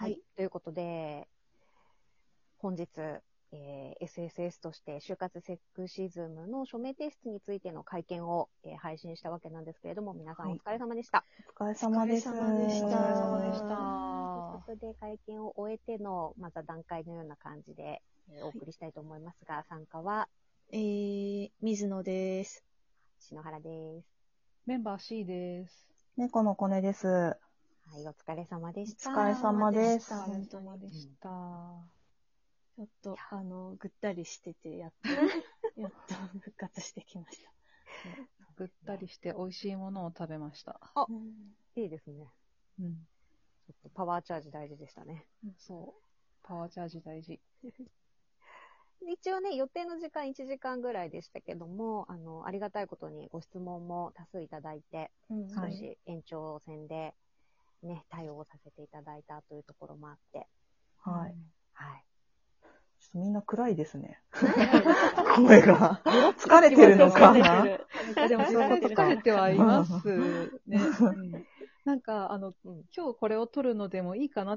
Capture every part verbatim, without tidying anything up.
はい。ということで、本日、えー、エスエスエス として就活セクシズムの署名提出についての会見を、えー、配信したわけなんですけれども、皆さんお疲れ様でした。 はい、お疲れ様です。 お疲れ様でした。 お疲れ様でした。 ということで、会見を終えての、また段階のような感じで、えー、お送りしたいと思いますが、はい、参加は、 えー、水野です。 篠原です。 メンバー C です。 猫のコネです。はい、お疲れ様でした。 お疲れ様です。 お疲れ様でした。 ちょっと、あの、ぐったりしてて、やっと、やっと復活してきました。 ぐったりして美味しいものを食べました。 あ、うん、いいですね。 うん。 ちょっとパワーチャージ大事でしたね。 うん、そう。パワーチャージ大事。 一応ね、予定の時間いちじかんぐらいでしたけども、あの、ありがたいことにご質問も多数いただいて、うん、少し延長戦でね、対応させていただいたというところもあって。 はい。 はい。 ちょっとみんな暗いですね。声が。疲れてるのかな。 でも、疲れてはいますね。うん、なんか、あの、うん、今日これを撮るのでもいいかなって、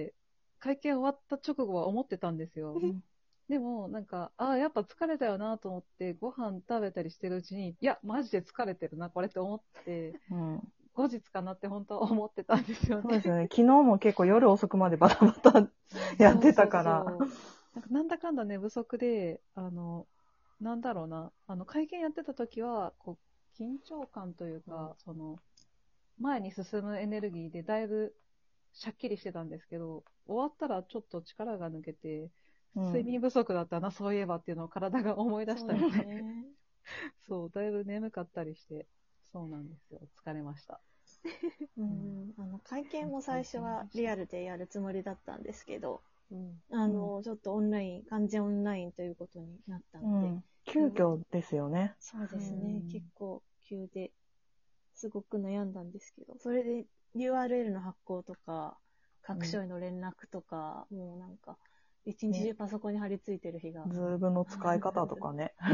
会見終わった直後は思ってたんですよ。うんでも、なんか、ああ、やっぱ疲れたよなと思って、ご飯食べたりしてるうちに、いや、マジで疲れてるな、これって思って、うん、後日かなって本当は思ってたんですよね。 そうですね。昨日も結構夜遅くまでバタバタやってたから。 そうそうそうなんかなんだかんだ寝不足で、あの、なんだろうな、あの、会見やってた時は、こう、緊張感というか、うん、その、前に進むエネルギーでだいぶしゃっきりしてたんですけど、終わったらちょっと力が抜けて、睡眠不足だったな、うん、そういえばっていうのを体が思い出したので、そう、ね、そう、だいぶ眠かったりして、そうなんですよ、疲れました。 うん、あの会見も最初はリアルでやるつもりだったんですけど、うん、あの、うん、ちょっとオンライン、完全オンラインということになったので。うん、 急遽ですよね。 そうですね、うん、結構急で、すごく悩んだんですけど、それで ユーアールエル の発行とか、各所への連絡とか、うん、もうなんか、一日中パソコンに張り付いてる日が。 ズームの使い方とかね。 うん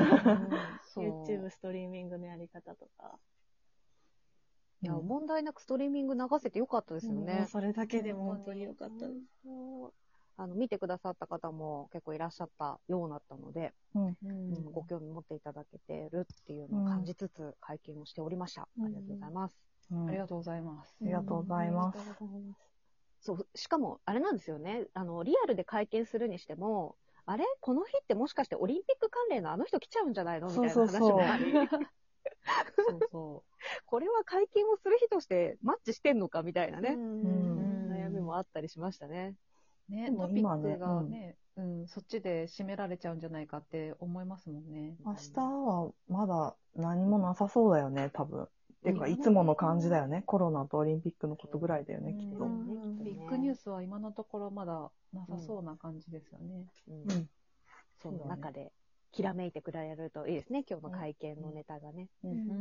、YouTube ストリーミングのやり方とか。 いや、うん、問題なくストリーミング流せてよかったですよね。 うん、それだけでも本当によかったです。 あの見てくださった方も結構いらっしゃったようだったので、うんうん、ご興味持っていただけてるっていうのを感じつつ会見をしておりました。うん、ありがとうございます、 うん。ありがとうございます。 ありがとうございます。 そう、しかもあれなんですよね。あのリアルで会見するにしても、あれこの日ってもしかしてオリンピック関連のあの人来ちゃうんじゃないのみたいな話もあり。そうそう。これは会見をする日としてマッチしてんのかみたいなね、うん悩みもあったりしましたね。 ね、トピックがね、うん、うん、そっちで締められちゃうんじゃないかって思いますもんね。 明日はまだ何もなさそうだよね、多分。っていうか、いつもの感じだよね。コロナとオリンピックのことぐらいだよね、きっと。 ビッグニュースは今のところまだなさそうな感じですよね。 うん。うん、その中で、きらめいてくれるといいですね、今日の会見のネタがね。うん。うんうん、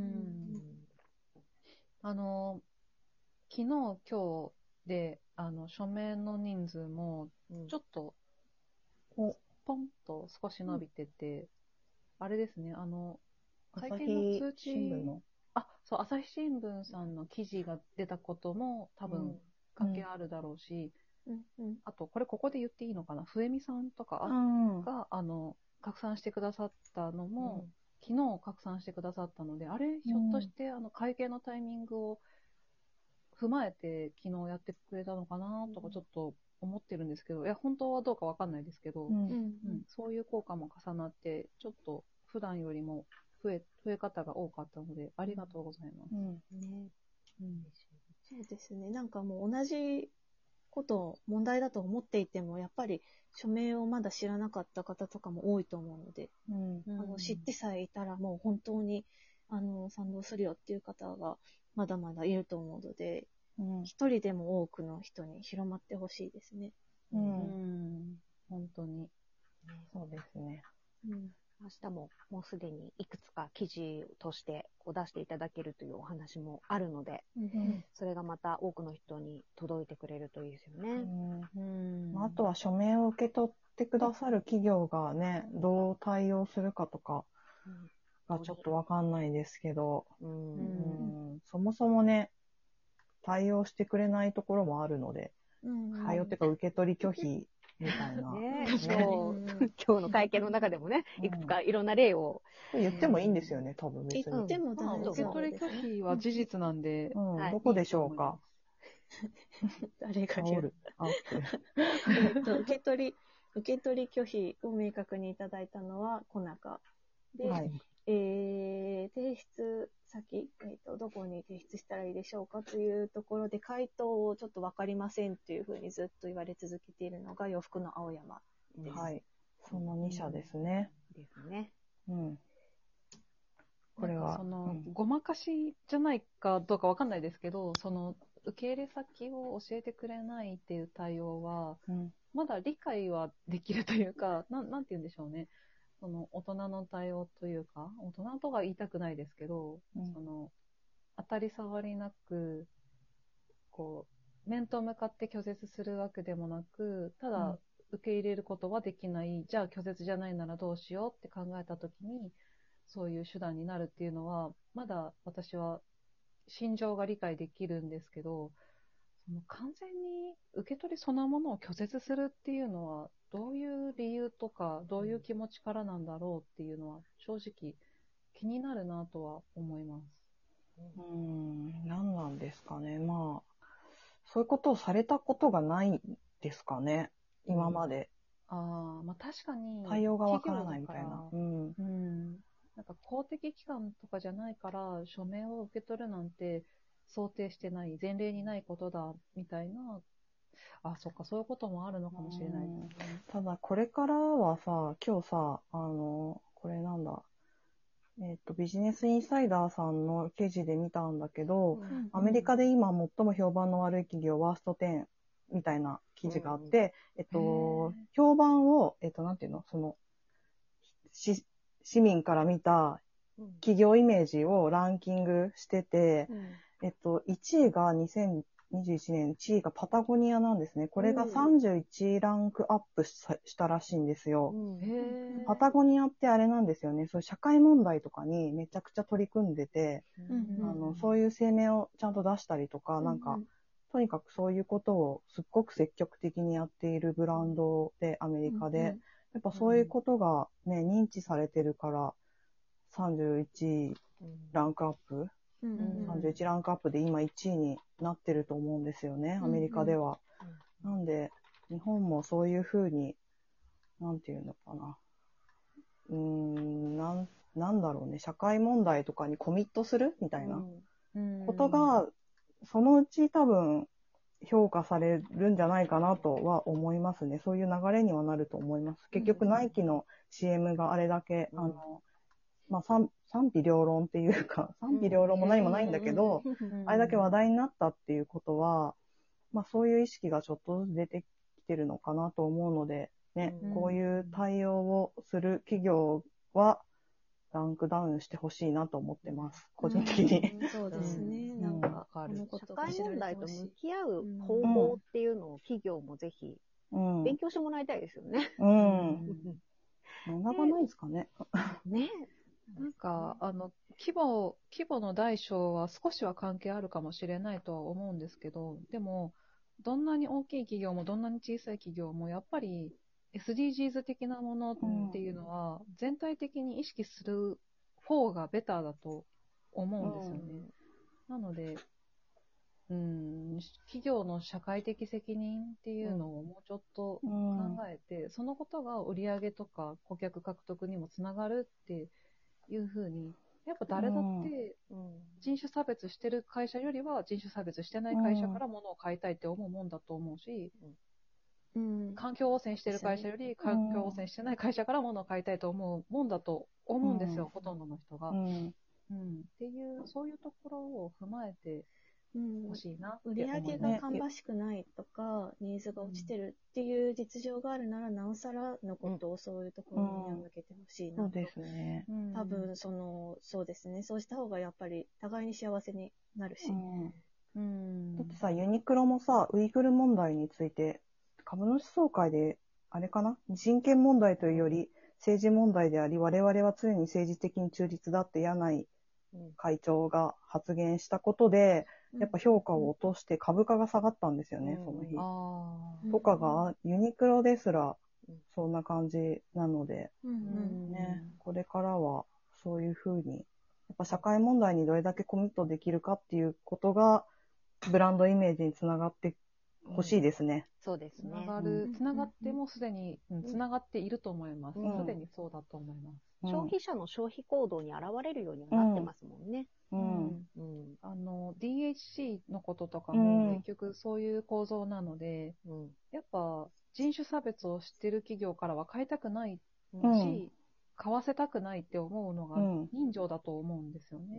あの、昨日、今日で、あの、署名の人数も、ちょっと、うん、ポンと少し伸びてて、うん、あれですね、あの、会見の通知、あ、そう、朝日新聞さんの記事が出たことも多分関係あるだろうし、うんうん、あと、これここで言っていいのかな、ふえみさんとかが、うん、あの、拡散してくださったのも、うん、昨日拡散してくださったので、あれ、ひょっとして、あの、会見のタイミングを踏まえて昨日やってくれたのかなとかちょっと思ってるんですけど、いや、本当はどうかわかんないですけど、うんうん、そういう効果も重なって、ちょっと普段よりも増え、増え方が多かったので、ありがとうございます。うんねうん、そうですね。なんかもう同じこと問題だと思っていても、やっぱり署名をまだ知らなかった方とかも多いと思うので、うん、あの知ってさえいたらもう本当にあの賛同するよっていう方がまだまだいると思うので、一、うん、人でも多くの人に広まってほしいですね。 うん、うん、本当に、 そうですね。 うん、明日ももうすでにいくつか記事としてこう出していただけるというお話もあるので、うん、それがまた多くの人に届いてくれるといいですよね。 うんうん、あとは署名を受け取ってくださる企業がね、どう対応するかとかがちょっとわかんないですけど、うんうん、そもそもね、対応してくれないところもあるので、 対応っていうか受け取り拒否みたいな。 ね、今日、今日の会見の中でもね、いくつかいろんな例を。 言ってもいいんですよね、多分別に。 言っても大丈夫です。 受け取り拒否は事実なんで。 うん、どこでしょうか。 誰が言う。 えっと、受け取り、受け取り拒否を明確にいただいたのは、コナカ。で、はい、えー、提出先、えーと、どこに提出したらいいでしょうかというところで、回答をちょっとわかりませんというふうにずっと言われ続けているのが、洋服の青山です。 はい。そのに社ですね。 ですね。 うん。 これは。その、うん、ごまかしじゃないかどうかわかんないですけど、その、受け入れ先を教えてくれないっていう対応は、うん、まだ理解はできるというか、な、なんて言うんでしょうね。その大人の対応というか、大人とは言いたくないですけど、うん、その当たり障りなく、こう、面と向かって拒絶するわけでもなく、ただ受け入れることはできない、うん、じゃあ拒絶じゃないならどうしようって考えたときに、そういう手段になるっていうのは、まだ私は心情が理解できるんですけど、その完全に受け取りそのものを拒絶するっていうのは、どういう理由とか、どういう気持ちからなんだろうっていうのは、正直気になるなとは思います。 うーん、何なんですかね。まあ、そういうことをされたことがないですかね、今まで。 うん、ああ、まあ確かに。 対応がわからないみたいな。 うん。うん。なんか公的機関とかじゃないから、署名を受け取るなんて想定してない、前例にないことだ、みたいな。あ、そっか、そういうこともあるのかもしれないですね。 ただ、これからはさ、今日さ、あの、これなんだ、えっと、ビジネスインサイダーさんの記事で見たんだけど、うん、アメリカで今最も評判の悪い企業ワーストじゅうみたいな記事があって、うん、えっと、評判を、えっと、なんていうの、その、し市民から見た企業イメージをランキングしてて、うん、えっと、いちいがにせんにじゅういちねん、いちいがパタゴニアなんですね。これがさんじゅういちランクアップ し, したらしいんですよ、うん。パタゴニアってあれなんですよね。そういう社会問題とかにめちゃくちゃ取り組んでて、うん、あのそういう声明をちゃんと出したりとか、うん、なんか、とにかくそういうことをすっごく積極的にやっているブランドで、アメリカで。うんうん、やっぱそういうことがね、認知されてるから、さんじゅういちいランクアップ、うんうん、さんじゅういちランクアップで今いちいになってると思うんですよね、アメリカでは。うんうん、なんで、日本もそういうふうに、なんていうのかな。うーん、なん、なんだろうね、社会問題とかにコミットするみたいなことが、そのうち多分評価されるんじゃないかなとは思いますね。そういう流れにはなると思います。結局、ナイキの シーエム があれだけ、うん、あの、まあ、賛, 賛否両論っていうか、賛否両論も何もないんだけど、あれだけ話題になったっていうことは、まあ、そういう意識がちょっとずつ出てきてるのかなと思うので、ね、うん、こういう対応をする企業は、ランクダウンしてほしいなと思ってます。個人的に。 うん、そうですね。うん、なんか、 ある社会問題と向き合う方法っていうのを企業もぜひ勉強してもらいたいですよね。 うん。学ばないですかね。 ね。 なんか、あの、規模、規模の大小は少しは関係あるかもしれないとは思うんですけど、でも、どんなに大きい企業もどんなに小さい企業も、やっぱり エスディージーズ 的なものっていうのは、全体的に意識する方がベターだと思うんですよね。うん、なので、うん、企業の社会的責任っていうのをもうちょっと考えて、うん、そのことが売り上げとか顧客獲得にもつながるっていうふうに、やっぱ誰だって人種差別してる会社よりは人種差別してない会社から物を買いたいって思うもんだと思うし、うん、環境汚染してる会社より環境汚染してない会社から物を買いたいと思うもんだと思うんですよ、うん、ほとんどの人が、うんうん。っていう、そういうところを踏まえて欲しいなって思います。 売り上げが芳しくないとか、ニーズが落ちてるっていう実情があるなら、なおさらのことをそういうところには向けてほしいなと。 そうですね。 多分、その、そうですね。そうした方がやっぱり互いに幸せになるし。うんうん、だってさ、ユニクロもさ、ウイグル問題について、株主総会で、あれかな、人権問題というより政治問題であり、我々は常に政治的に中立だって柳井会長が発言したことで、 やっぱ評価を落として株価が下がったんですよね、うん、その日。あとかが、ユニクロですら、そんな感じなので、うんね、これからはそういうふうに、やっぱ社会問題にどれだけコミットできるかっていうことが、ブランドイメージにつながってほしいですね。 うん、そうですね。 つながる、つながってもすでに、つながっていると思います。すで、うん、にそうだと思います。 うん、消費者の消費行動に現れるようにはなってますもんね。 うんうんうん、あの ディーエイチシー のこととかも結局そういう構造なので、うん、やっぱ人種差別を知ってる企業からは買いたくないし、うん、買わせたくないって思うのが人情だと思うんですよね。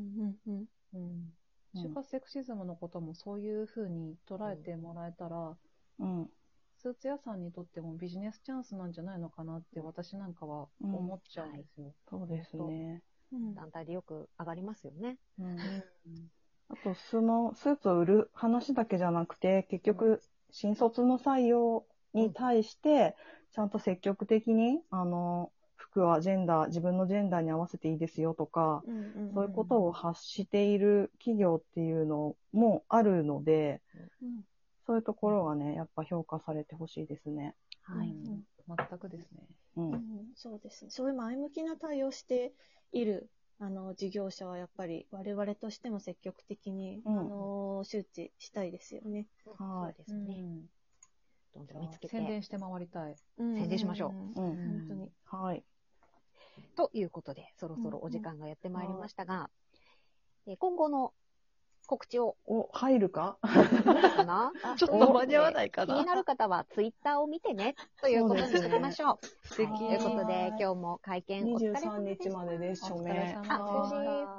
就活セクシズムのこともそういうふうに捉えてもらえたら、うん、スーツ屋さんにとってもビジネスチャンスなんじゃないのかなって私なんかは思っちゃうんですよ。 うんはい、そうですね。 団体でよく上がりますよね。うん、 あと、そのスーツを売る話だけじゃなくて、結局、新卒の採用に対して、ちゃんと積極的に、あの、服はジェンダー、自分のジェンダーに合わせていいですよとか、うんうんうん、そういうことを発している企業っていうのもあるので、うん、そういうところはね、やっぱ評価されてほしいですね。 はい、うん。全くですね。 うんうん、そうですね。そういう前向きな対応しているあの事業者はやっぱり我々としても積極的に、うん、あの周知したいですよね。 はい、そうですね。うん、 どんどん見つけて宣伝して回りたい。 宣伝しましょう。 うんうん、本当に。 はい。 ということで、そろそろお時間がやってまいりましたが、うんうん、今後の告知を。 お、入るかどうかなちょっと間に合わないかな。 気になる方はツイッターを見てね、ということにしておきましょう。 素敵、 はい。ということで、今日も会見お疲れ様でした。 にじゅうさんにちまでです、署名。 あ、そうです。